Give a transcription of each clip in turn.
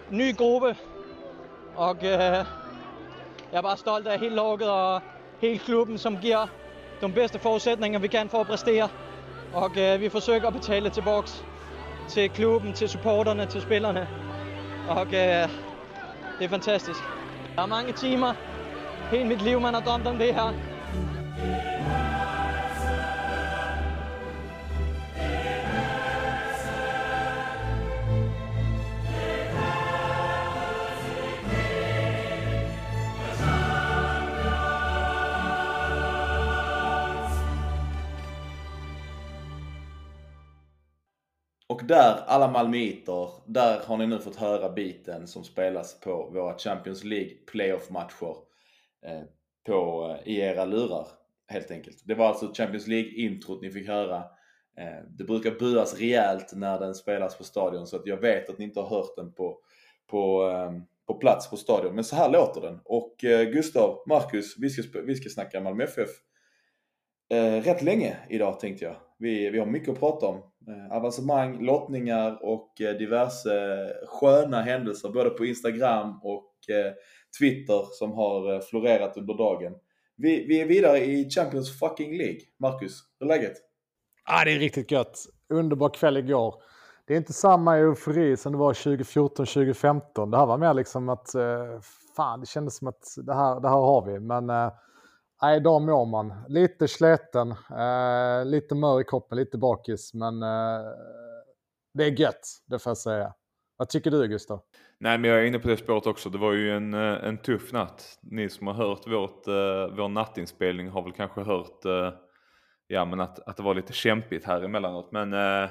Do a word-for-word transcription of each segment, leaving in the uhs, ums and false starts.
ny gruppe, og øh, jeg er bare stolt af hele laget og hele klubben, som giver de bedste forudsætninger, vi kan for at præstere. Og øh, vi forsøger at betale tilbage til klubben, til supporterne, til spillerne. Og øh, det er fantastisk. Der er mange timer. Hele mit liv, man har drømt om det her. Och där, alla malmöiter, där har ni nu fått höra biten som spelas på våra Champions League playoff-matcher eh, på, eh, i era lurar, helt enkelt. Det var alltså Champions League-introt ni fick höra. Eh, det brukar buas rejält när den spelas på stadion, så att jag vet att ni inte har hört den på, på, eh, på plats på stadion. Men så här låter den. Och eh, Gustav, Marcus, vi ska, vi ska snacka Malmö F F eh, rätt länge idag, tänkte jag. Vi, vi har mycket att prata om. Eh, avancemang, lottningar och eh, diverse sköna händelser både på Instagram och eh, Twitter som har eh, florerat under dagen. Vi, vi är vidare i Champions fucking League. Marcus, hur är läget? Ah, det är riktigt gött. Underbar kväll igår. Det är inte samma eufori som det var tjugo fjorton tjugo femton. Det här var mer liksom att eh, fan, det kändes som att det här, det här har vi. Men eh, nej, då mår man. Lite släten, eh, lite mör i kroppen, lite bakis. Men eh, det är gött, det får jag säga. Vad tycker du, Gustav? Nej, men jag är inne på det spåret också. Det var ju en, en tuff natt. Ni som har hört vårt, uh, vår nattinspelning har väl kanske hört uh, ja, men att, att det var lite kämpigt här emellanåt. Men uh,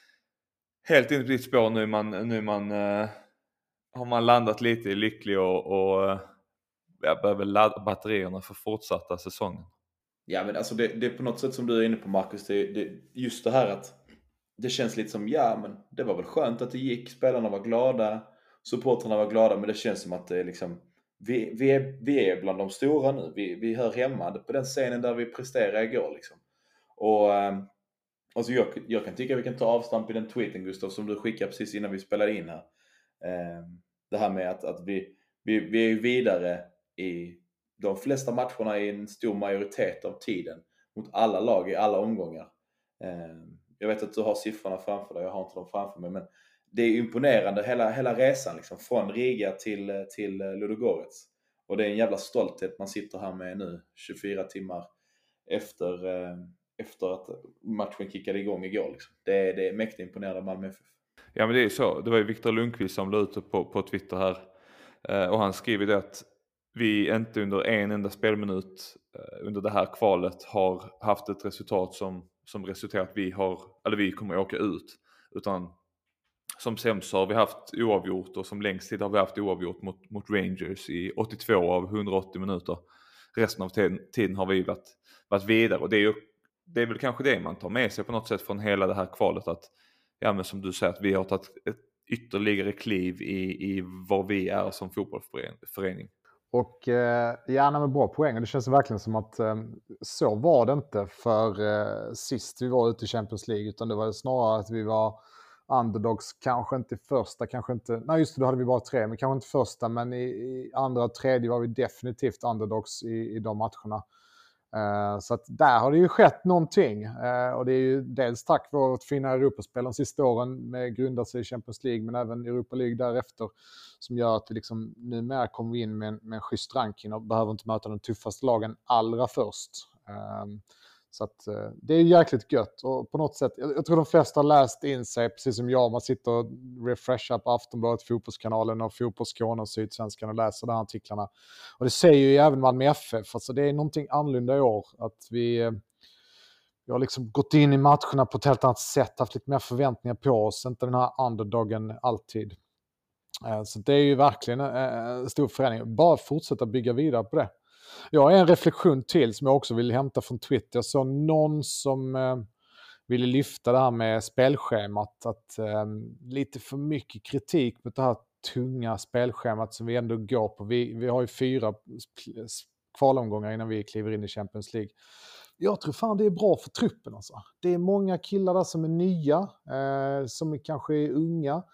helt inne på ditt spår nu, man, nu man, uh, har man landat lite lycklig och, och uh, jag behöver ladda batterierna för fortsatta säsongen. Ja, men alltså det, det är på något sätt som du är inne på, Marcus. Det, det, just det här att det känns lite som, ja men det var väl skönt att det gick. Spelarna var glada, supporterna var glada, men det känns som att det är liksom, vi, vi, är, vi är bland de stora nu. Vi, vi hör hemma på den scenen där vi presterade igår liksom. Och alltså jag, jag kan tycka att vi kan ta avstamp i den tweeten, Gustav, som du skickade precis innan vi spelade in här. Det här med att, att vi, vi, vi är vidare i de flesta matcherna i en stor majoritet av tiden mot alla lag i alla omgångar. Jag vet att du har siffrorna framför dig, jag har inte dem framför mig, men det är imponerande hela, hela resan liksom, från Riga till, till Ludogorets. Och det är en jävla stolthet man sitter här med nu tjugofyra timmar efter, efter att matchen kickade igång igår liksom. det, är, det är mäktigt imponerande av Malmö F F. Ja, men det är så. Det var ju Viktor Lundqvist som la ut på, på Twitter här, och han skriver det att vi inte under en enda spelminut under det här kvalet har haft ett resultat som, som resulterar att vi har, eller vi kommer att åka ut, utan som sämst har vi haft oavgjort, och som längst tid har vi haft oavgjort mot, mot Rangers i åttiotvå av hundraåttio minuter. Resten av tiden, tiden har vi varit, varit vidare, och det är ju, det är väl kanske det man tar med sig på något sätt från hela det här kvalet, att ja, men som du säger, att vi har tagit ett ytterligare kliv i, i vad vi är som fotbollsförening. Och eh, gärna med bra poäng. Det känns verkligen som att eh, så var det inte för eh, sist vi var ute i Champions League, utan det var snarare att vi var underdogs, kanske inte första, kanske inte, nej just det, då hade vi bara tre, men kanske inte första, men i, i andra och tredje var vi definitivt underdogs i, i de matcherna. Uh, så att där har det ju skett någonting, uh, och det är ju dels tack vare vårt fina Europaspel de sista åren med grundar sig i Champions League, men även Europa League därefter, som gör att vi liksom numera kommer in med en, med en schysst ranking och behöver inte möta den tuffaste lagen allra först. Uh, så att uh, det är ju jäkligt gött, och på något sätt, jag, jag tror de flesta har läst in sig, precis som jag, man sitter och refreshar på Aftonbladet, Fotbollskanalen och Fotbollsskåne och Sydsvenskan och läser de här artiklarna. Och det säger ju även Malmö F F, alltså det är någonting annorlunda i år, att vi, vi har liksom gått in i matcherna på ett helt annat sätt, haft lite mer förväntningar på oss, inte den här underdogen alltid. Så det är ju verkligen en stor förändring, bara fortsätta bygga vidare på det. Jag har en reflektion till som jag också vill hämta från Twitter. Jag såg någon som eh, ville lyfta det här med spelschemat. Att eh, lite för mycket kritik mot det här tunga spelschemat som vi ändå går på. Vi, vi har ju fyra kvalomgångar innan vi kliver in i Champions League. Jag tror fan det är bra för truppen alltså. Det är många killar där som är nya, eh, som kanske är unga,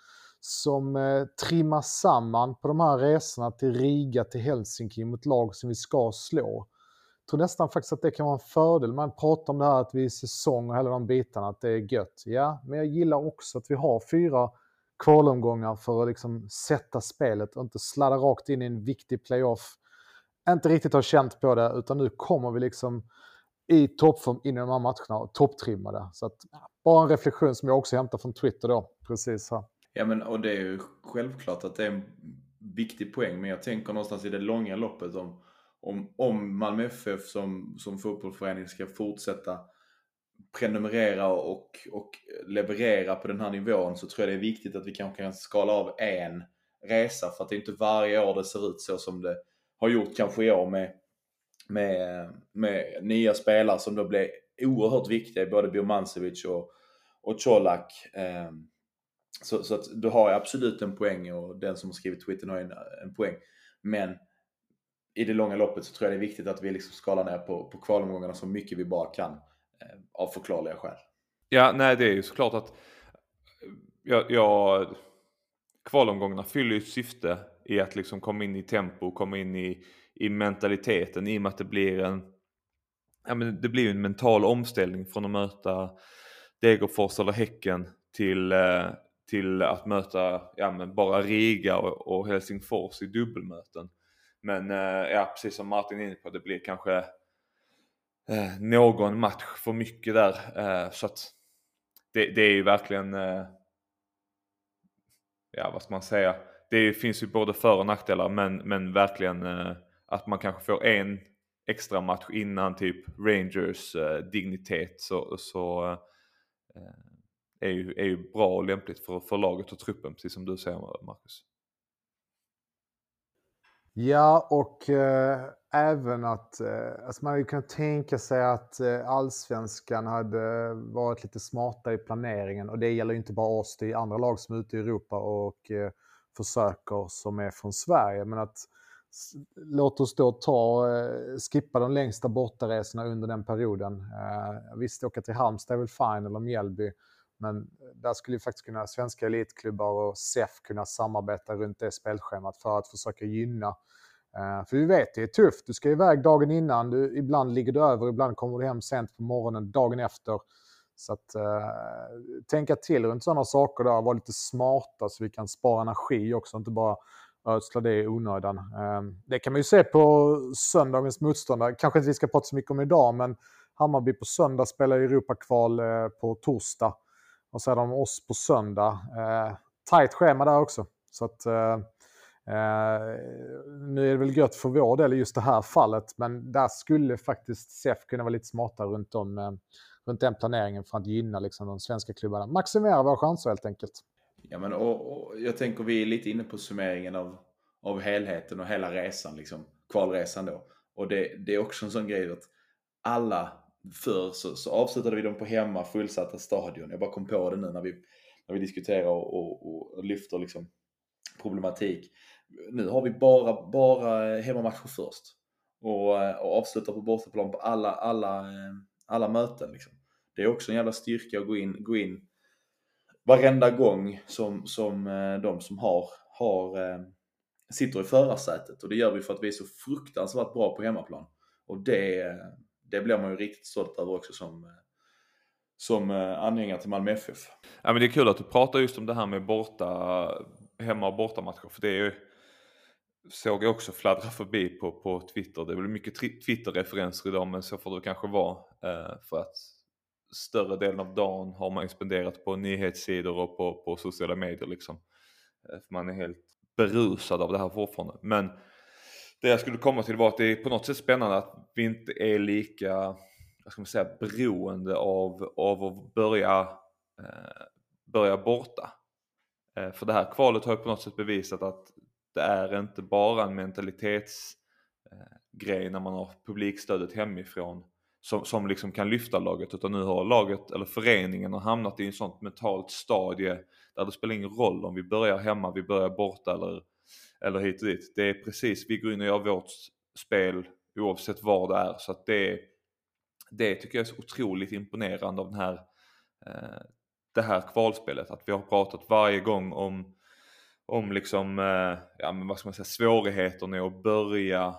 som eh, trimmar samman på de här resorna till Riga, till Helsinki mot lag som vi ska slå. Jag tror nästan faktiskt att det kan vara en fördel. Man pratar om det här att vi är säsong och hela de bitarna, att det är gött. Ja, men jag gillar också att vi har fyra kvalomgångar för att liksom sätta spelet och inte sladda rakt in i en viktig playoff. Inte riktigt har känt på det, utan nu kommer vi liksom i toppform in i de här matcherna och topptrimmade. Så att, bara en reflektion som jag också hämtar från Twitter då, precis här. Ja, men och det är ju självklart att det är en viktig poäng, men jag tänker någonstans i det långa loppet om, om, om Malmö F F som, som fotbollsförening ska fortsätta prenumerera och, och leverera på den här nivån, så tror jag det är viktigt att vi kanske kan skala av en resa, för att det inte varje år det ser ut så som det har gjort kanske i år med, med, med nya spelare som då blir oerhört viktiga, både Birmancevic och, och Colak. Så, så att du har absolut en poäng, och den som har skrivit Twitter har en, en poäng. Men i det långa loppet så tror jag det är viktigt att vi liksom skalar ner på, på kvalomgångarna så mycket vi bara kan, eh, av förklarliga skäl. Ja, nej, det är ju såklart att jag, jag, kvalomgångarna fyller ju ett syfte i att liksom komma in i tempo, komma in i, i mentaliteten, i och med att det blir en ja, men det blir en mental omställning från att möta Degerfors eller Häcken till, eh, till att möta ja, men bara Riga och, och Helsingfors i dubbelmöten. Men eh, ja, precis som Martin är inne på, det blir kanske eh, någon match för mycket där. Eh, så att det, det är ju verkligen, eh, ja vad ska man säga, det finns ju både för- och nackdelar, men, men verkligen eh, att man kanske får en extra match innan typ Rangers eh, dignitet, så, så eh, är, ju, är ju bra och lämpligt för, för laget och truppen, precis som du säger, Marcus. Ja, och eh, även att eh, alltså man hade kunnat tänka sig att eh, allsvenskan hade varit lite smartare i planeringen, och det gäller ju inte bara oss, det är andra lag som är ute i Europa och eh, försöker som är från Sverige, men att s- låt oss då ta eh, skippa de längsta bortaresorna under den perioden. Eh, visst, åka till Halmstad är väl fine, eller Mjällby, men där skulle ju faktiskt kunna svenska elitklubbar och S E F kunna samarbeta runt det spelschemat för att försöka gynna. Uh, för vi vet, det är tufft. Du ska iväg dagen innan. Du, ibland ligger du över, ibland kommer du hem sent på morgonen dagen efter. Så att uh, tänka till runt sådana saker där. Vara lite smarta så vi kan spara energi också. Inte bara ödsla det i onödan. Uh, det kan man ju se på söndagens motståndare. Kanske inte vi ska prata så mycket om idag, men Hammarby på söndag spelar Europakval uh, på torsdag. Och så är de oss på söndag. Uh, tajt schema där också. Så att... Uh, Uh, nu är det väl gött för vår del i just det här fallet, men där skulle faktiskt S E F kunna vara lite smartare runt, om, uh, runt den planeringen för att gynna liksom, de svenska klubbarna. Maximera våra chanser helt enkelt. Ja, men och, och jag tänker vi är lite inne på summeringen av, av helheten och hela resan, liksom, kvalresan då. Och det, det är också en sån grej att alla förr så, så avslutade vi dem på hemma fullsatta stadion. Jag bara kom på det nu när vi, när vi diskuterar och, och, och lyfter liksom problematik. Nu har vi bara, bara hemmamatcher först. Och, och avslutar på bortaplan på alla, alla, alla möten. Liksom. Det är också en jävla styrka att gå in, gå in varenda gång som, som de som har, har sitter i förarsätet. Och det gör vi för att vi är så fruktansvärt bra på hemmaplan. Och det, det blir man ju riktigt stolt över också som, som anhängare till Malmö F F. Ja, men det är kul att du pratar just om det här med borta, hemma och bortamatcher. För det är ju, såg jag också fladdra förbi på, på Twitter. Det är väl mycket Twitter-referenser idag, men så får det kanske vara. Eh, för att större delen av dagen har man spenderat på nyhetssidor och på, på sociala medier. Liksom. Eh, för man är helt berusad av det här fortfarande. Men det jag skulle komma till var att det är på något sätt spännande att vi inte är lika, vad ska man säga, beroende av, av att börja, eh, börja borta. Eh, för det här kvalet har ju på något sätt bevisat att det är inte bara en mentalitetsgrej eh, när man har publikstödet hemifrån som, som liksom kan lyfta laget, utan nu har laget eller föreningen har hamnat i en sånt mentalt stadie där det spelar ingen roll om vi börjar hemma, vi börjar borta eller, eller hit och dit. Det är precis, vi går in och gör vårt spel oavsett vad det är, så att det, det tycker jag är så otroligt imponerande av den här, eh, det här kvalspelet, att vi har pratat varje gång om om liksom, eh, ja men vad ska man säga, svårigheterna att börja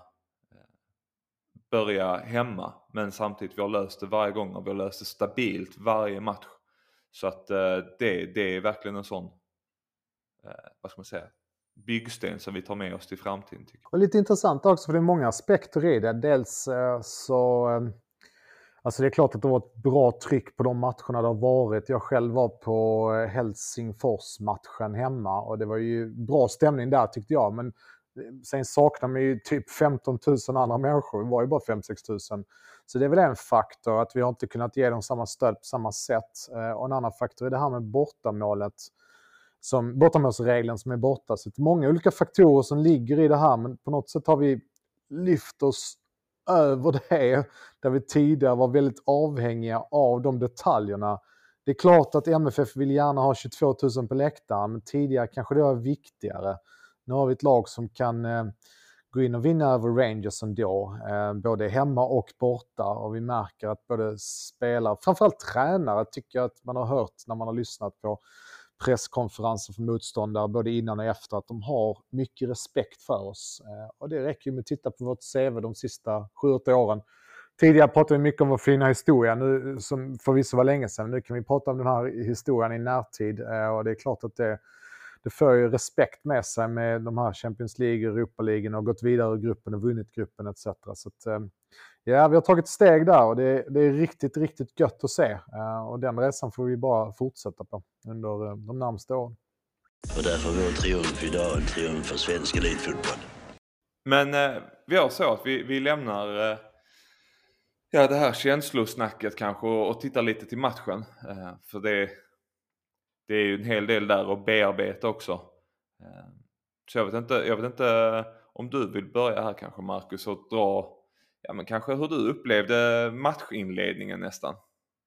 börja hemma, men samtidigt vi har löst det varje gång och vi har löst det stabilt varje match. Så att eh, det, det är verkligen en sån eh, vad ska man säga, byggsten som vi tar med oss till framtiden, tycker jag. Och lite intressant också, för det är många aspekter i det. Dels eh, så eh, alltså det är klart att det var ett bra tryck på de matcherna det har varit. Jag själv var på Helsingfors-matchen hemma och det var ju bra stämning där tyckte jag, men sen saknar man ju typ femton tusen andra människor. Det var ju bara fem sex tusen. Så det är väl en faktor att vi har inte kunnat ge dem samma stöd på samma sätt. Och en annan faktor är det här med bortamålet. Som, bortamålsregeln som är borta. Så det är många olika faktorer som ligger i det här. Men på något sätt har vi lyft oss över det. Där vi tidigare var väldigt avhängiga av de detaljerna. Det är klart att M F F vill gärna ha tjugotvå tusen på läktaren. Men tidigare kanske det var viktigare. Nu har vi ett lag som kan eh, gå in och vinna över Rangers ändå, eh, både hemma och borta. Och vi märker att både spelare, framförallt tränare, tycker jag att man har hört när man har lyssnat på presskonferenser för motståndare både innan och efter, att de har mycket respekt för oss. Eh, och det räcker ju med att titta på vårt C V de sista sju åtta åren. Tidigare pratade vi mycket om vår fina historia, nu, som förvisso var länge sedan. Nu kan vi prata om den här historien i närtid eh, och det är klart att det Det för ju respekt med sig med de här Champions League, Europa League och gått vidare i gruppen och vunnit gruppen et cetera. Så att, ja, vi har tagit steg där och det, det är riktigt, riktigt gött att se. Och den resan får vi bara fortsätta på under de närmaste åren. Och därför vår triumf idag, en triumf för svensk elitfotboll. Men eh, vi gör så att vi, vi lämnar eh, ja, det här känslosnacket kanske och, och tittar lite till matchen. Eh, för det Det är ju en hel del där att bearbeta också. Så jag vet inte, jag vet inte om du vill börja här kanske, Marcus, och dra, ja men kanske hur du upplevde matchinledningen nästan.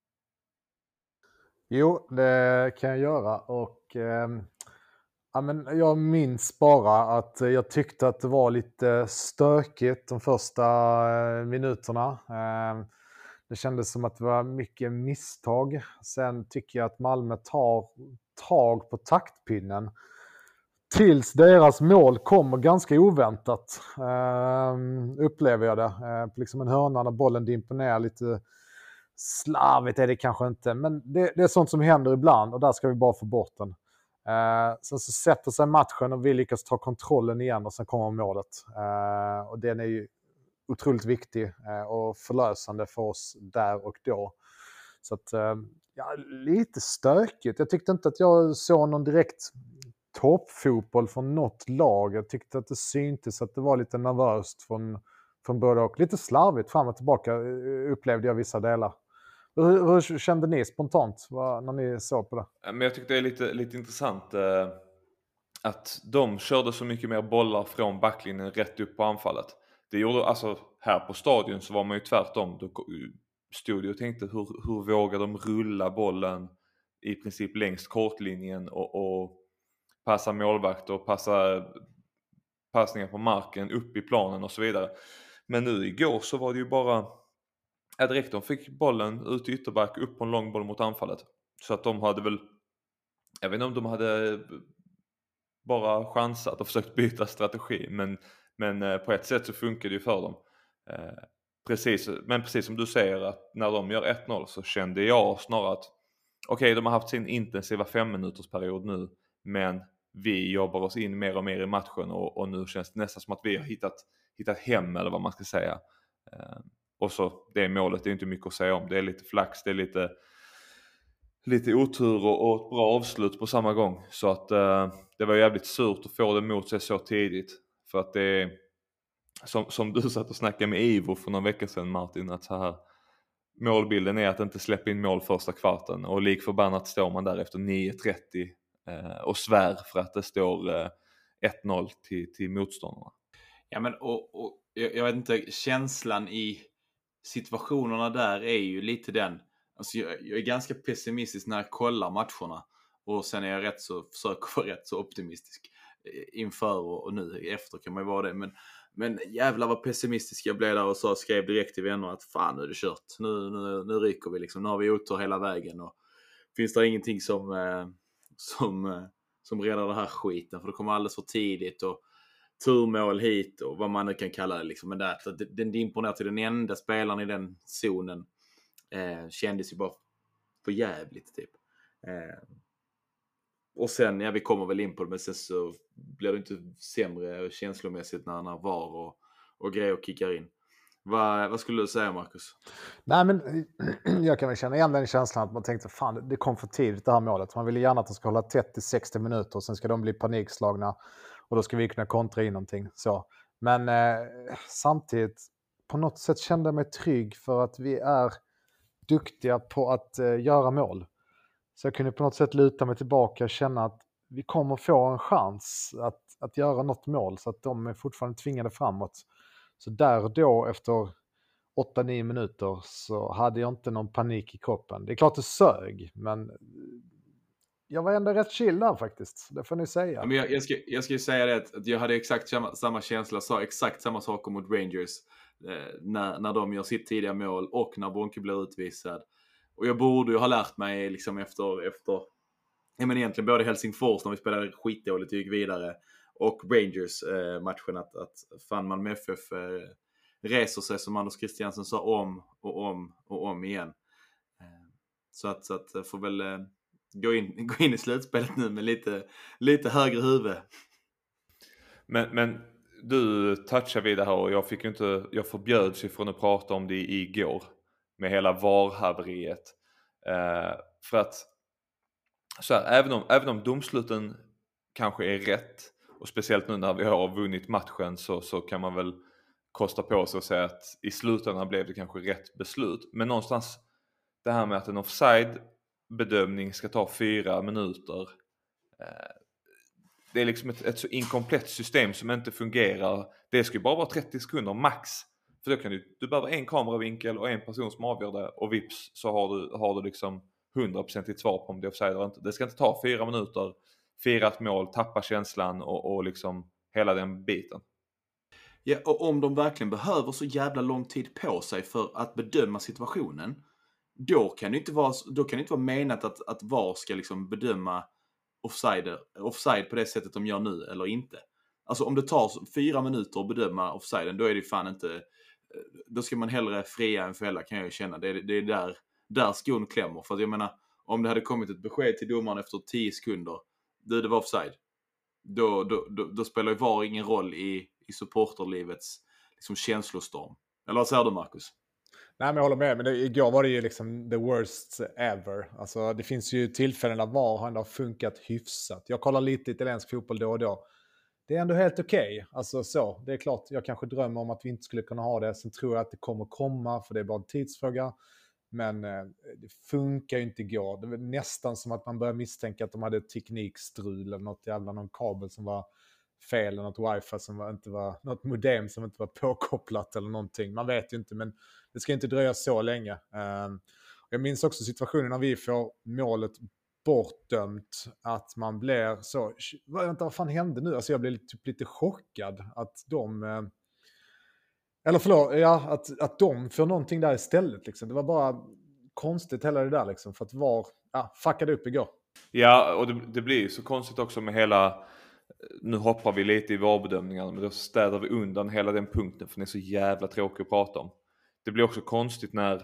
Jo, det kan jag göra och eh, ja, men jag minns bara att jag tyckte att det var lite stökigt de första eh, minuterna. Eh, Det kändes som att det var mycket misstag. Sen tycker jag att Malmö tar tag på taktpinnen. Tills deras mål kommer ganska oväntat. Uh, upplever jag det. Uh, liksom en hörna när bollen dimper ner lite slarvigt är det kanske inte. Men det, det är sånt som händer ibland och där ska vi bara få bort den. Uh, sen så sätter sig matchen och vi lyckas ta kontrollen igen och sen kommer målet. Uh, och den är ju otroligt viktig och förlösande för oss där och då. Så att, ja, lite stökigt. Jag tyckte inte att jag såg någon direkt toppfotboll från något lag. Jag tyckte att det syntes att det var lite nervöst från, från både och. Lite slarvigt fram och tillbaka upplevde jag vissa delar. Hur, hur kände ni spontant när ni såg på det? Men jag tyckte det är lite, lite intressant eh, att de körde så mycket mer bollar från backlinjen rätt upp på anfallet. Det gjorde, alltså här på stadion så var man ju tvärtom. Då stod jag och tänkte hur, hur vågar de rulla bollen i princip längs kortlinjen och, och passa målvakt och passa passningar på marken upp i planen och så vidare. Men nu igår så var det ju bara ja, direkt de fick bollen ut i ytterback upp på en lång boll mot anfallet. Så att de hade väl, jag vet inte om de hade bara chansat och försökt byta strategi, men Men eh, på ett sätt så funkar det ju för dem. Eh, precis, men precis som du säger att när de gör ett noll så kände jag snarare att okej, okay, de har haft sin intensiva fem minuters period nu, men vi jobbar oss in mer och mer i matchen och, och nu känns det nästan som att vi har hittat, hittat hem eller vad man ska säga. Eh, och så det målet, det är inte mycket att säga om. Det är lite flax, det är lite, lite otur och, och ett bra avslut på samma gång. Så att eh, det var jävligt surt att få det mot sig så tidigt. För att det är, som, som du satt och snackade med Ivo för några veckor sedan, Martin, att så här, målbilden är att inte släppa in mål första kvarten. Och lik förbannat står man där efter nio trettio eh, och svär för att det står eh, ett noll till, till motståndarna. Ja, men och, och jag, jag vet inte, känslan i situationerna där är ju lite den. Alltså jag, jag är ganska pessimistisk när jag kollar matcherna. Och sen är jag rätt så, försöker vara rätt så optimistisk inför och, och nu efter kan man ju vara det. Men, men jävlar vad pessimistisk jag blev där och så skrev direkt till vänner att fan, nu är det kört. Nu, nu, nu ryker vi liksom. Nu har vi otur hela vägen och finns det ingenting som, eh, som, eh, som räddar det här skiten. För det kommer alldeles för tidigt och turmål hit och vad man nu kan kalla det. Liksom. Men det, det, det, det imponerar till den enda spelaren i den zonen eh, kändes ju bara för jävligt typ. Eh, och sen, ja vi kommer väl in på det, men sen så blir det inte sämre känslomässigt när han var och, och grejer kickar in. Vad, vad skulle du säga, Marcus? Nej, men jag kan väl känna igen den känslan att man tänkte fan, det kom för tidigt det här målet. Man ville gärna att de ska hålla tätt i sextio minuter och sen ska de bli panikslagna och då ska vi kunna kontra in någonting. Så. Men eh, samtidigt, på något sätt kände jag mig trygg för att vi är duktiga på att eh, göra mål. Så jag kunde på något sätt luta mig tillbaka och känna att vi kommer få en chans att, att göra något mål så att de är fortfarande tvingade framåt. Så där och då efter åtta nio minuter så hade jag inte någon panik i kroppen. Det är klart det sög, men jag var ändå rätt chill där faktiskt. Det får ni säga. Ja, men jag, jag, ska, jag ska ju säga det att jag hade exakt samma, samma känsla, sa exakt samma saker mot Rangers eh, när, när de gör sitt tidiga mål och när Bonke blir utvisad. Och jag borde ju ha lärt mig liksom efter, efter ja, men egentligen både Helsingfors när vi spelade skitdåligt och gick vidare och Rangers eh, matchen att, att fan man med F F eh, reser sig som Anders Christiansen sa om och om och om igen. Eh, så att, så att jag får väl eh, gå, in, gå in i slutspelet nu med lite, lite högre huvud. Men, men du touchar vid det här och jag fick ju inte, jag förbjöds ju från att prata om det igår med hela V A R-haveriet. Eh, för att så här, även om, även om domsluten kanske är rätt och speciellt nu när vi har vunnit matchen så, så kan man väl kosta på sig och säga att i slutändan blev det kanske rätt beslut. Men någonstans det här med att en offside-bedömning ska ta fyra minuter. Eh, det är liksom ett, ett så inkomplett system som inte fungerar. Det ska ju bara vara trettio sekunder max. För då kan du, du behöver en kameravinkel och en person som avgör det och vips så har du, har du liksom hundra procent ett svar på om det är offside eller inte. Det ska inte ta fyra minuter, fira ett mål, tappa känslan och, och liksom hela den biten. Ja, och om de verkligen behöver så jävla lång tid på sig för att bedöma situationen, då kan det inte vara, då kan det inte vara menat att, att V A R ska liksom bedöma offside, offside på det sättet de gör nu eller inte. Alltså om det tar fyra minuter att bedöma offsiden, då är det fan inte, då ska man hellre fria än fälla kan jag ju känna. Det är, det är där, där skon klämmer. För att jag menar, om det hade kommit ett besked till domaren efter tio sekunder, det, det var offside, då, då, då, då spelar ju V A R ingen roll i, i supporterlivets liksom känslostorm. Eller vad säger du, Marcus? Nej, men jag håller med. Men det, igår var det ju liksom the worst ever. Alltså, det finns ju tillfällen där V A R har funkat hyfsat. Jag kollar lite italiensk fotboll då och då. Det är ändå helt okej. Okay. Alltså så, det är klart, jag kanske drömmer om att vi inte skulle kunna ha det. Sen tror jag att det kommer komma, för det är bara en tidsfråga. Men eh, det funkar ju inte igår. Det var nästan som att man börjar misstänka att de hade teknikstrul eller något jävla, någon kabel som var fel eller något wifi som var, inte var, något modem som inte var påkopplat eller någonting. Man vet ju inte, men det ska inte dröja så länge. Uh, jag minns också situationen när vi får målet bortdömt, att man blir så, vänta, vad fan hände nu? Alltså jag blev typ lite chockad att de, uh, eller förlåt, ja, att, att de får någonting där istället. Liksom. Det var bara konstigt hela det där, liksom, för att var, ja, fuckade upp igår. Ja, och det, det blir ju så konstigt också med hela, nu hoppar vi lite i varbedömningarna, men då städar vi undan hela den punkten för den är så jävla tråkig att prata om. Det blir också konstigt när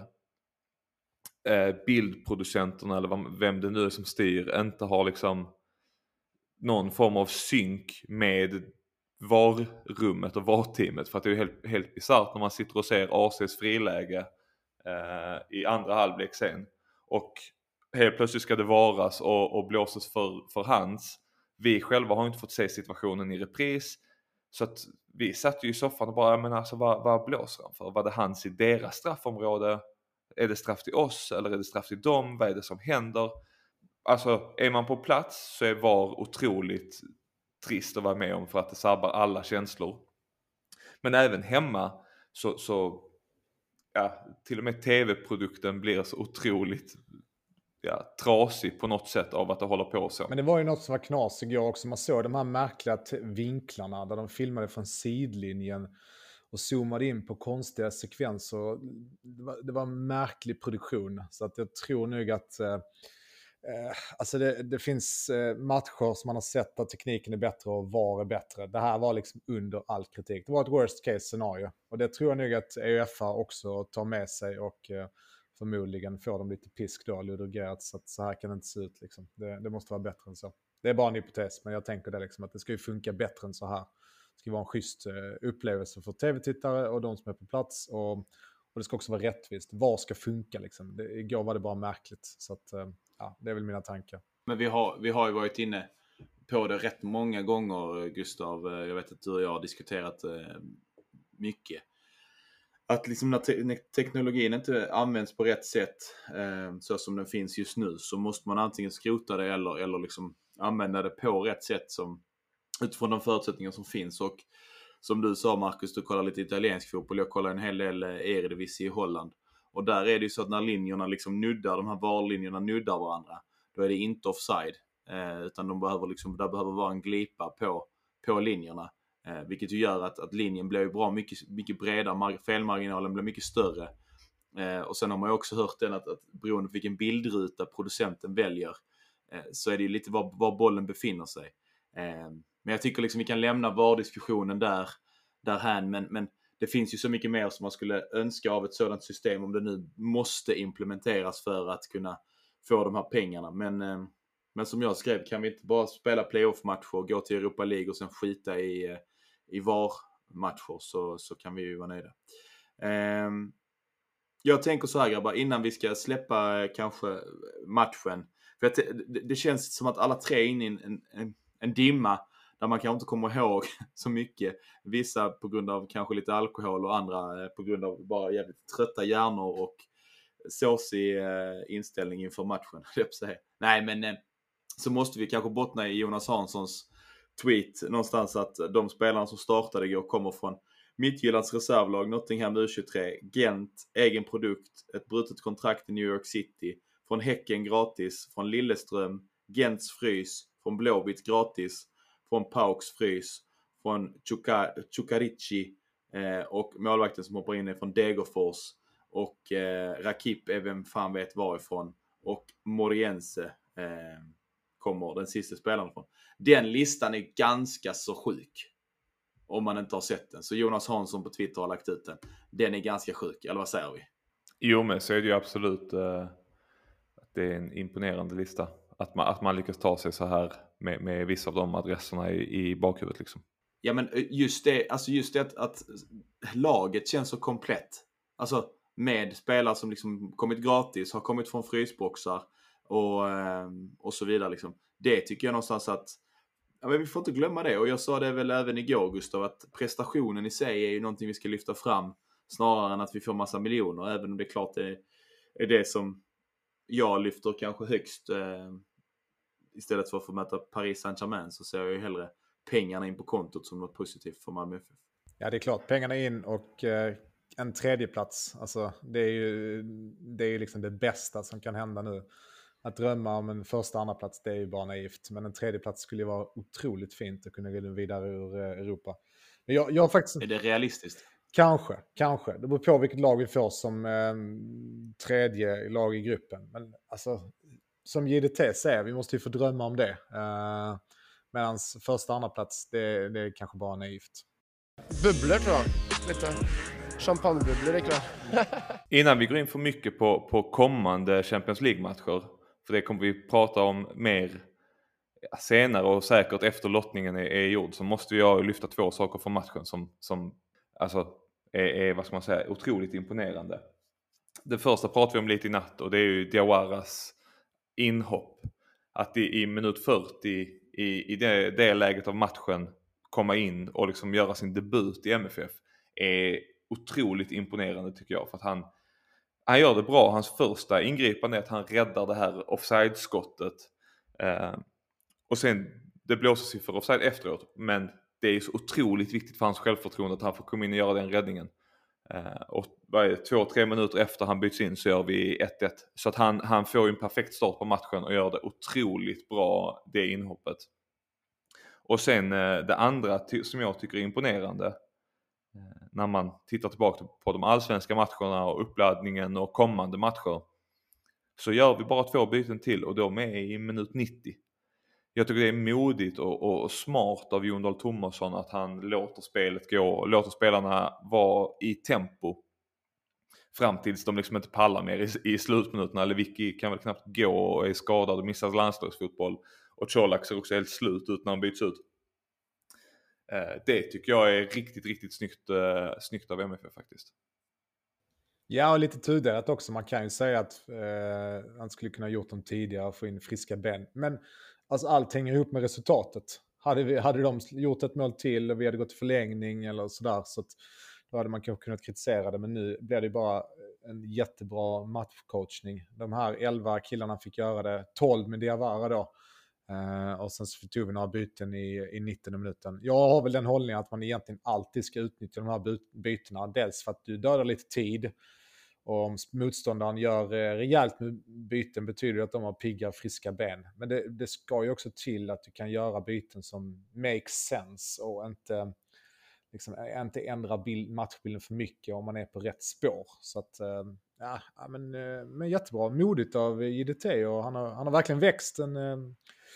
eh, bildproducenterna eller vad, vem det nu är som styr inte har liksom någon form av synk med varrummet och varteamet, för att det är ju helt, helt bisarrt när man sitter och ser A C:s friläge eh, i andra halvlek sen och helt plötsligt ska det varas och, och blåses för, för hands. Vi själva har inte fått se situationen i repris, så att vi satt ju i soffan och bara, men alltså vad, vad blåser han för? Var det hans i deras straffområde? Är det straff till oss eller är det straff till dem? Vad är det som händer? Alltså är man på plats så är V A R otroligt trist att vara med om, för att det sabbar alla känslor. Men även hemma så, så ja, till och med tv-produkten blir så otroligt ja, trasig på något sätt av att det håller på så. Men det var ju något som var knas igår också. Man såg de här märkliga t- vinklarna där de filmade från sidlinjen och zoomade in på konstiga sekvenser. Det var, det var en märklig produktion. Så att jag tror nog att eh, Eh, alltså det, det finns eh, matcher som man har sett att tekniken är bättre och V A R är bättre. Det här var liksom under all kritik. Det var ett worst case scenario. Och det tror jag nog att UEFA också tar med sig och eh, förmodligen får de lite pisk då, Ludogeret, så att så här kan det inte se ut. Liksom. Det, det måste vara bättre än så. Det är bara en hypotes, men jag tänker det liksom, att det ska ju funka bättre än så här. Det ska vara en schysst eh, upplevelse för tv-tittare och de som är på plats. Och, och det ska också vara rättvist. Vad ska funka liksom? Det, igår var det bara märkligt. Så att, eh, ja, det är väl mina tankar. Men vi har, vi har ju varit inne på det rätt många gånger, Gustav. Jag vet att du och jag har diskuterat eh, mycket. Att liksom när, te- när teknologin inte används på rätt sätt, eh, så som den finns just nu, så måste man antingen skrota det eller, eller liksom använda det på rätt sätt som, utifrån de förutsättningar som finns. Och som du sa, Marcus, du kollar lite italiensk fotboll. Jag kollar en hel del Eredivisie i Holland. Och där är det ju så att när linjerna liksom nuddar, de här VAR-linjerna nuddar varandra, då är det inte offside. Eh, utan de behöver liksom, där behöver vara en glipa på, på linjerna. Eh, vilket ju gör att, att linjen blir bra mycket, mycket bredare, mar- felmarginalen blir mycket större. Eh, och sen har man ju också hört den att, att beroende på vilken bildruta producenten väljer, eh, så är det ju lite var, var bollen befinner sig. Eh, men jag tycker liksom vi kan lämna V A R-diskussionen där, därhän, men, men det finns ju så mycket mer som man skulle önska av ett sådant system om det nu måste implementeras för att kunna få de här pengarna. Men, eh, men som jag skrev, kan vi inte bara spela playoff-matcher och gå till Europa League och sen skita i, eh, i V A R-matcher, så, så kan vi ju vara nöjda. Eh, jag tänker så här, grabbar, innan vi ska släppa eh, kanske matchen. För att det, det känns som att alla tre är inne i en, en, en dimma där man kanske inte kommer ihåg så mycket. Vissa på grund av kanske lite alkohol och andra på grund av bara jävligt trötta hjärnor och såsig inställning inför matchen. Nej, men så måste vi kanske bottna i Jonas Hanssons tweet någonstans att de spelarna som startade igår kommer från Midtjyllands reservlag, Nottingham U tjugotre, Gent, egen produkt, ett brutet kontrakt i New York City, från Häcken gratis, från Lilleström, Gents frys, från Blåvitt gratis, från Pauks frys, från Chukarici eh, och målvakten som hoppar in är från Degerfors, och eh, Rakip är vem fan vet varifrån, och Moriense eh, kommer den sista spelaren från. Den listan är ganska så sjuk om man inte har sett den. Så Jonas Hansson på Twitter har lagt ut den. Den är ganska sjuk, eller vad säger vi? Jo, men så är det ju absolut uh, att det är en imponerande lista. Att man, att man lyckas ta sig så här med, med vissa av de adresserna i, i bakhuvudet liksom. Ja, men just det, alltså just det att, att laget känns så komplett. Alltså med spelare som liksom kommit gratis, har kommit från frysboxar och, och så vidare liksom. Det tycker jag någonstans att, ja, men vi får inte glömma det. Och jag sa det väl även igår, Gustav, att prestationen i sig är ju någonting vi ska lyfta fram snarare än att vi får massa miljoner. Även om det är klart det är det som jag lyfter kanske högst. Eh, istället för att få möta Paris Saint-Germain, så ser jag ju hellre pengarna in på kontot som något positivt för Malmö F F. Ja, det är klart. Pengarna in och eh, en tredje plats. Alltså, det är ju det är ju liksom det bästa som kan hända nu. Att drömma om en första andra plats, det är ju bara naivt. Men en tredje plats skulle ju vara otroligt fint att kunna gå vidare ur eh, Europa. Men jag, jag faktiskt... Är det realistiskt? Kanske, kanske. Det beror på vilket lag vi får som eh, tredje lag i gruppen. Men alltså, som J D T säger, vi måste ju få drömma om det. Eh, Medan första andra plats, det, det är kanske bara naivt. Bubblor tror jag. Lite champagnebubblor är klart. Innan vi går in för mycket på, på kommande Champions League-matcher, för det kommer vi prata om mer senare och säkert efter lottningen är, är gjord, så måste jag lyfta två saker från matchen som, som alltså, är, är, vad ska man säga, otroligt imponerande. Det första pratar vi om lite i natt, och det är ju Diawaras inhopp. Att i, i minut fyrtio i, i det, det läget av matchen komma in och liksom göra sin debut i M F F är otroligt imponerande tycker jag. För att han, han gör det bra. Hans första ingripande är att han räddar det här offside-skottet. Eh, och sen det blåser sig för offside efteråt. Men det är så otroligt viktigt för hans självförtroende att han får komma in och göra den räddningen. Uh, och varje två, tre minuter efter han byts in så gör vi ett ett. Så att han, han får en perfekt start på matchen och gör det otroligt bra, det inhoppet. Och sen uh, det andra ty- som jag tycker är imponerande uh, när man tittar tillbaka på de allsvenska matcherna och uppladdningen och kommande matcher, så gör vi bara två byten till och då med i minut nittio. Jag tycker det är modigt och, och, och smart av Jon Dahl Tomasson att han låter spelet gå och låter spelarna vara i tempo fram tills de liksom inte pallar mer i, i slutminuterna. Eller Vicky kan väl knappt gå och är skadad och missar landslagsfotboll. Och Colak ser också helt slut ut när han byts ut. Eh, det tycker jag är riktigt, riktigt snyggt, eh, snyggt av M F F faktiskt. Ja, och lite tudelat också. Man kan ju säga att eh, han skulle kunna ha gjort dem tidigare och få in friska ben. Men alltså, allt hänger ihop med resultatet. Hade, vi, hade de gjort ett mål till och vi hade gått i förlängning eller sådär, så att då hade man kanske kunnat kritisera det. Men nu blev det bara en jättebra matchcoachning. De här elva killarna fick göra det, tolv med Diawara då. Uh, och sen så tog vi några byten i, i nittonde minuten. Jag har väl den hållningen att man egentligen alltid ska utnyttja de här by- bytena. Dels för att du dödar lite tid. Och om motståndaren gör uh, rejält med byten betyder det att de har pigga, friska ben. Men det, det ska ju också till att du kan göra byten som makes sense och inte, liksom, inte ändra bild, matchbilden för mycket om man är på rätt spår. Så att, uh, ja, men, uh, men jättebra. Modigt av J D T och han har, han har verkligen växt en... Uh,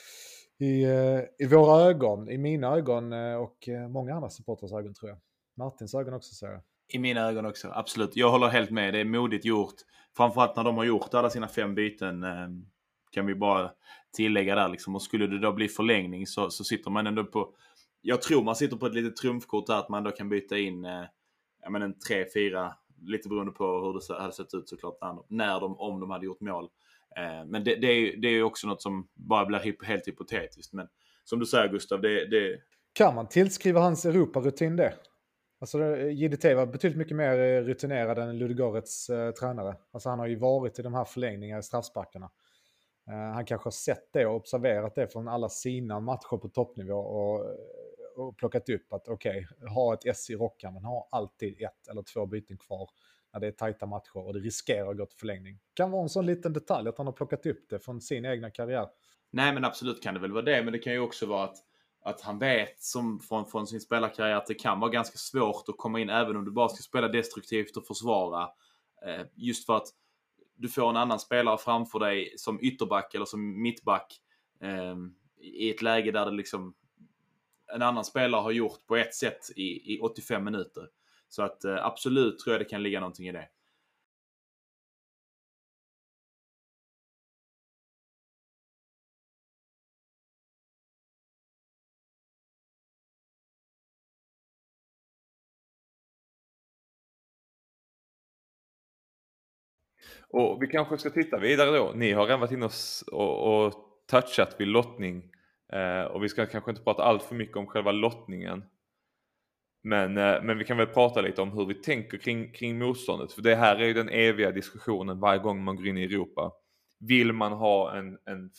I, i våra ögon, i mina ögon och många andra supporters ögon tror jag. Martins ögon också, säger jag. I mina ögon också, absolut. Jag håller helt med, det är modigt gjort. Framförallt när de har gjort alla sina fem byten kan vi bara tillägga där liksom. Och skulle det då bli förlängning så, så sitter man ändå på... Jag tror man sitter på ett litet trumfkort där att man då kan byta in jag menar, en tre, fyra, lite beroende på hur det hade sett ut såklart när de, om de hade gjort mål. Men det, det, är, det är också något som bara blir helt hypotetiskt. Men som du säger Gustav, det, det... Kan man tillskriva hans Europa-rutin det? Alltså J D T var betydligt mycket mer rutinerad än Ludogorets uh, tränare. Alltså han har ju varit i de här förlängningarna i straffsparkarna. Uh, han kanske har sett det och observerat det från alla sina matcher på toppnivå och, och plockat upp att okej, okay, ha ett S i rockar men ha alltid ett eller två byten kvar när det är tajta matcher och det riskerar att gå till förlängning. Kan vara en sån liten detalj att han har plockat upp det från sin egna karriär. Nej, men absolut kan det väl vara det. Men det kan ju också vara att, att han vet som från, från sin spelarkarriär att det kan vara ganska svårt att komma in även om du bara ska spela destruktivt och försvara. Eh, just för att du får en annan spelare framför dig som ytterback eller som mittback eh, i ett läge där det liksom en annan spelare har gjort på ett sätt i, i åttiofem minuter. Så att eh, absolut tror jag det kan ligga någonting i det. Och vi kanske ska titta vidare då. Ni har redan varit inne och, och, och touchat vid lottning. Eh, och vi ska kanske inte prata allt för mycket om själva lottningen. Men, eh, men vi kan väl prata lite om hur vi tänker kring, kring motståndet. För det här är ju den eviga diskussionen varje gång man går in i Europa. Vill man ha en, en,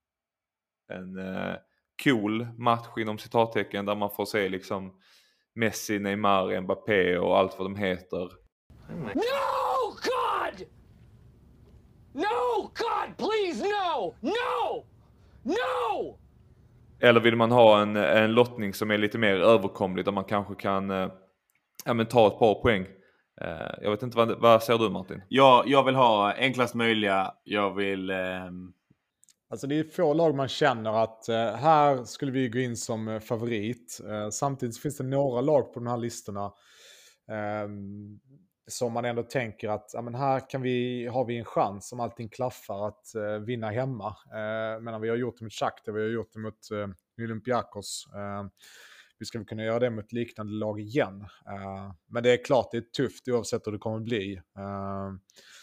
en eh, cool match inom citattecken där man får se liksom Messi, Neymar, Mbappé och allt vad de heter. No, God! No, God, please, no! No! No! Eller vill man ha en, en lottning som är lite mer överkomlig där man kanske kan eh, ja, men ta ett par poäng. Eh, jag vet inte, vad, vad säger du Martin? Jag, jag vill ha enklast möjliga. Jag vill... Eh... Alltså det är få lag man känner att eh, här skulle vi gå in som eh, favorit. Eh, samtidigt finns det några lag på de här listorna eh, som man ändå tänker att ja, men här kan vi, har vi en chans om allting klaffar att eh, vinna hemma. Eh, men vi har gjort det mot Shakhtar, vi har gjort det mot eh, Olympiakos. Eh, vi ska kunna göra det mot ett liknande lag igen. Eh, men det är klart det är tufft oavsett hur det kommer att bli. Eh,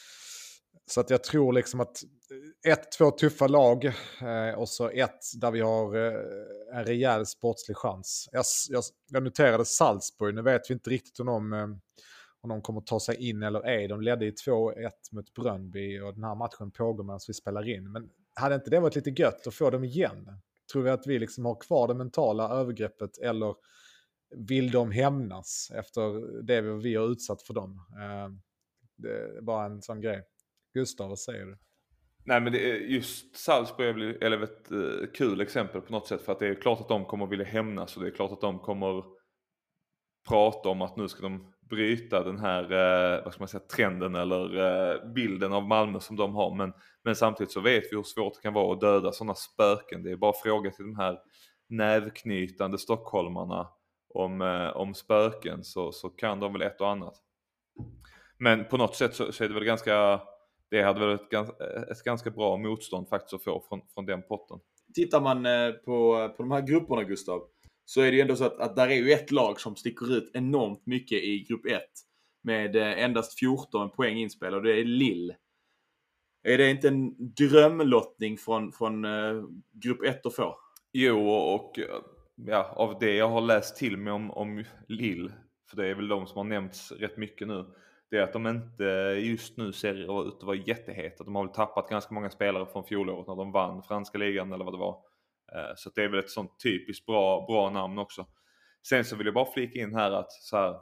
så att jag tror liksom att ett, två tuffa lag eh, och så ett där vi har eh, en rejäl sportslig chans. Jag, jag, jag noterade Salzburg, nu vet vi inte riktigt om de, eh, om de kommer ta sig in eller ej. De ledde i två ett mot Brøndby och den här matchen pågår medan vi spelar in. Men hade inte det varit lite gött att få dem igen? Tror vi att vi liksom har kvar det mentala övergreppet eller vill de hämnas efter det vi har utsatt för dem? Eh, det är bara en sån grej. Gustav, vad säger du? Nej, men det är just Salzburg är eller ett uh, kul exempel på något sätt, för att det är klart att de kommer vilja hämnas och det är klart att de kommer prata om att nu ska de bryta den här eh, vad ska man säga, trenden eller eh, bilden av Malmö som de har. Men, men samtidigt så vet vi hur svårt det kan vara att döda sådana spöken. Det är bara fråga till de här nävknytande stockholmarna om, eh, om spöken, så, så kan de väl ett och annat. Men på något sätt så, så är det väl ganska, det hade väl ett, ett ganska bra motstånd faktiskt att få från, från den potten. Tittar man eh, på, på de här grupperna, Gustav, så är det ju ändå så att, att där är ju ett lag som sticker ut enormt mycket i grupp ett med eh, endast fjorton poäng inspel, och det är Lille. Är det inte en drömlottning från, från eh, grupp ett att få? Jo, och ja, av det jag har läst till mig om, om Lille, för det är väl de som har nämnts rätt mycket nu, det är att de inte just nu ser ut att vara jätteheta. De har väl tappat ganska många spelare från fjolåret när de vann franska ligan eller vad det var. Så det är väl ett sånt typiskt bra, bra namn också. Sen så vill jag bara flika in här att så här,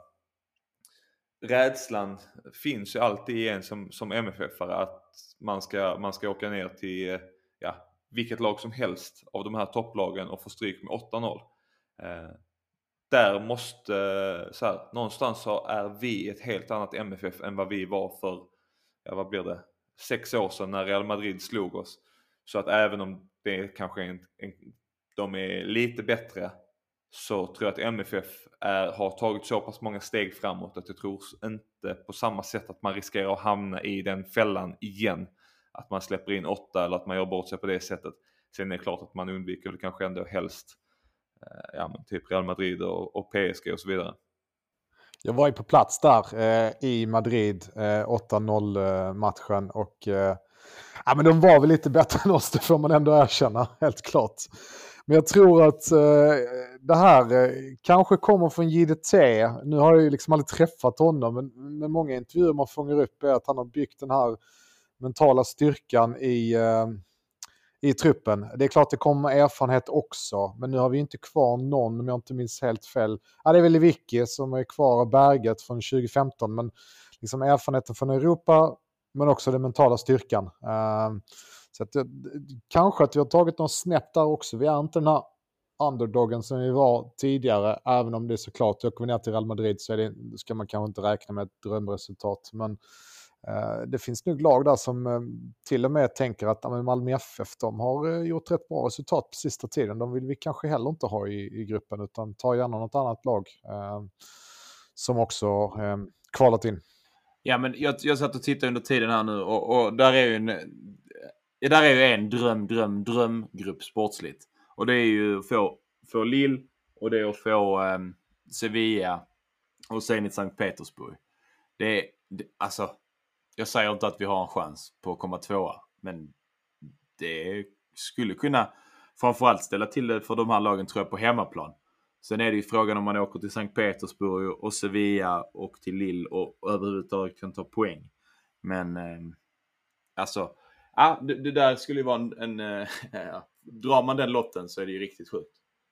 rädslan finns ju alltid i en som, som M F F-are att man ska, man ska åka ner till ja, vilket lag som helst av de här topplagen och få stryk med åtta noll. Eh, där måste, så här, någonstans så är vi ett helt annat M F F än vad vi var för, ja vad blir det, sex år sedan när Real Madrid slog oss. Så att även om det är kanske en, en, de är lite bättre, så tror jag att M F F är, har tagit så pass många steg framåt att jag tror inte på samma sätt att man riskerar att hamna i den fällan igen. Att man släpper in åtta eller att man gör bort sig på det sättet. Sen är det klart att man undviker väl kanske ändå helst ja, men typ Real Madrid och, och P S G och så vidare. Jag var ju på plats där eh, i Madrid, eh, åtta noll matchen, och eh, ja, men de var väl lite bättre än oss, det får man ändå erkänna, helt klart. Men jag tror att eh, det här eh, kanske kommer från J D T. Nu har jag ju liksom aldrig träffat honom, men med många intervjuer man fångar upp är att han har byggt den här mentala styrkan i, eh, i truppen. Det är klart det kommer erfarenhet också, men nu har vi inte kvar någon, om jag inte minns helt fel. Ja, det är väl Lewicki som är kvar av Berget från tjugo femton, men liksom erfarenheten från Europa, men också den mentala styrkan. Uh, så att, kanske att vi har tagit någon snett där också. Vi är inte den här underdogen som vi var tidigare, även om det är såklart, åker vi ner till Real Madrid så är det, ska man kanske inte räkna med ett drömresultat. Men uh, det finns nog lag där som uh, till och med tänker att uh, Malmö F F, de har uh, gjort rätt bra resultat på sista tiden. De vill vi kanske heller inte ha i, i gruppen, utan ta gärna något annat lag uh, som också uh, kvalat in. Ja, men jag, jag satt och tittade under tiden här nu, och, och där är ju en, där är ju en dröm, dröm, drömgrupp sportsligt. Och det är ju att få, få Lille, och det är att få um, Sevilla och Zenit Sankt Petersburg. Det är, det, alltså, jag säger inte att vi har en chans på att komma tvåa, men det skulle kunna framförallt ställa till det för de här lagen, tror jag, på hemmaplan. Sen är det ju frågan om man åker till Sankt Petersburg och Sevilla och till Lille och, och överhuvudtaget kan ta poäng. Men eh, alltså, ja, det, det där skulle ju vara en, en äh, drar man den lotten så är det ju riktigt sjukt.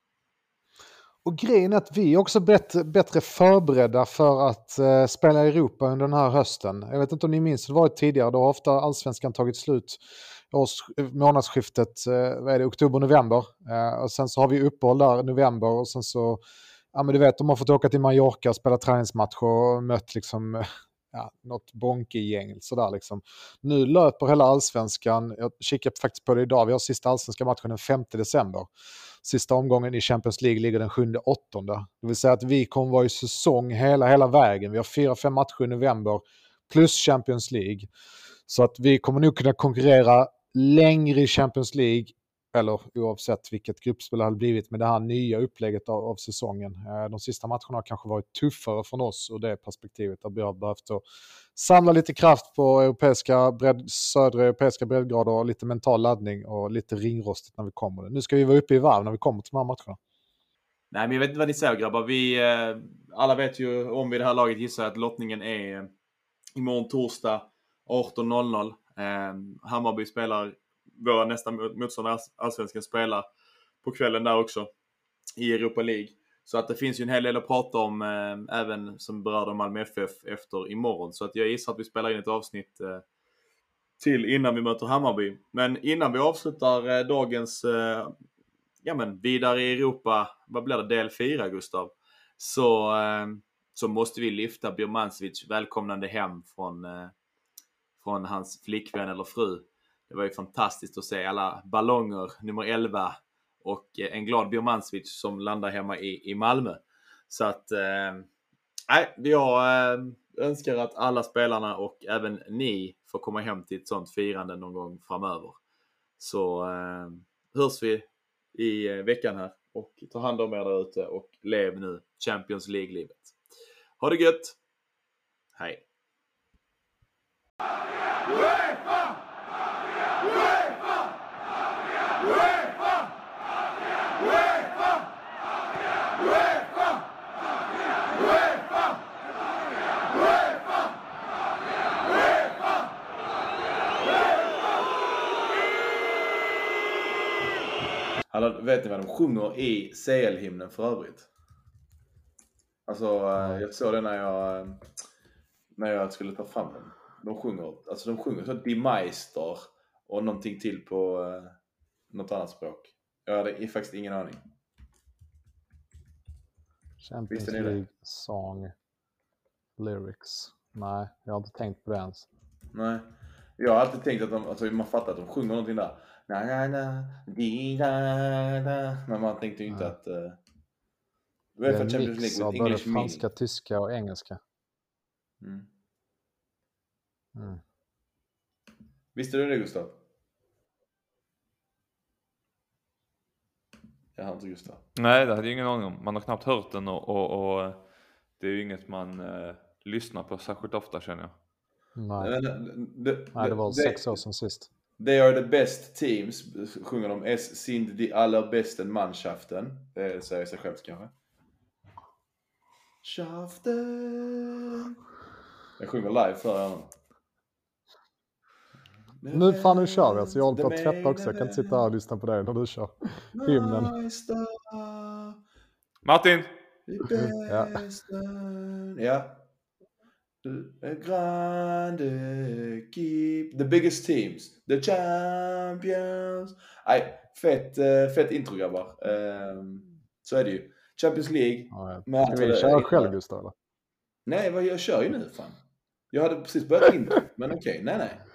Och grejen är att vi är också bättre, bättre förberedda för att uh, spela i Europa under den här hösten. Jag vet inte om ni minns, det var tidigare, då har ofta allsvenskan tagit slut års, månadsskiftet, uh, vad är det, oktober-november. Uh, och sen så har vi uppehåll där i november, och sen så, ja men du vet, de har fått åka till Mallorca och spela träningsmatch och mött liksom ja, något bonkig-gäng sådär liksom. Nu löper hela allsvenskan, jag kikar faktiskt på det idag, vi har sista allsvenska matchen den femte december. Sista omgången i Champions League ligger den sjunde åttonde. Det vill säga att vi kommer vara i säsong hela, hela vägen. Vi har fyra, fem matcher i november plus Champions League. Så att vi kommer nog kunna konkurrera längre i Champions League, eller oavsett vilket gruppspel det hade blivit med det här nya upplägget av, av säsongen. De sista matcherna har kanske varit tuffare från oss, och det perspektivet där vi har behövt att samla lite kraft på europeiska bredd, södra europeiska breddgrader och lite mental laddning och lite ringrostigt när vi kommer. Nu ska vi vara uppe i varv när vi kommer till de här matcherna. Nej, men jag vet inte vad ni säger, grabbar. Vi, eh, alla vet ju om vi det här laget gissar att lottningen är eh, imorgon torsdag arton noll noll. Eh, Hammarby spelar, våra nästa motståndare allsvenskan spelar på kvällen där också i Europa League. Så att det finns ju en hel del att prata om eh, även som berör Malmö F F efter imorgon. Så att jag gissar att vi spelar in ett avsnitt eh, till innan vi möter Hammarby. Men innan vi avslutar eh, dagens eh, ja men vidare i Europa, vad blir det, del fyra, Gustav? Så eh, så måste vi lyfta Birmancevic välkomnande hem från, eh, från hans flickvän eller fru. Det var ju fantastiskt att se alla ballonger, nummer elva och eh, en glad Birmancevic som landar hemma i, i Malmö. Så att eh, nej, jag eh, önskar att alla spelarna och även ni får komma hem till ett sånt firande någon gång framöver. Så eh, hörs vi i eh, veckan här och ta hand om er där ute och lev nu Champions League-livet. Ha det gött! Hej! Alla, vet ni vad de sjunger i C L-hymnen för övrigt? Alltså, mm. jag såg det när jag när jag skulle ta fram den. De sjunger, alltså de sjunger så Die Meister och någonting till på uh, något annat språk. Jag hade faktiskt ingen aning. Champions League song lyrics. Nej, jag har inte tänkt på det ens. Nej. Jag har alltid tänkt att de, alltså man fattar att de sjunger någonting där. Na, na, na, di, na, na. Men man tänkte ju inte Nej. att... Uh, det är en Champions mix av både franska, tyska och engelska. Mm. Mm. Visste du det, Gustav? Jag har inte Gustav. Nej, det hade jag ingen aning om. Man har knappt hört den och, och, och det är ju inget man uh, lyssnar på särskilt ofta, känner jag. Nej, det, det, Nej, det var det, sex år sedan sist. They are the best teams, sjunger de. Es sind die allerbesten Mannschaften. Det säger sig själv kanske. Schaften. Jag sjunger live för honom. Nu fan nu kör vi. Alltså, jag håller på att tvätta också. Jag kan inte sitta här och lyssna på dig när du kör hymnen. Martin! Ja. Ja. Grande keep the biggest teams, the champions. Nej, fett, fett intro, grabbar. Um, så är det ju. Champions League. Ja, ja. Ska vi köra själv, Gustav? Nej, vad jag kör ju nu, fan. Jag hade precis börjat intro, men okej, okay, nej, nej.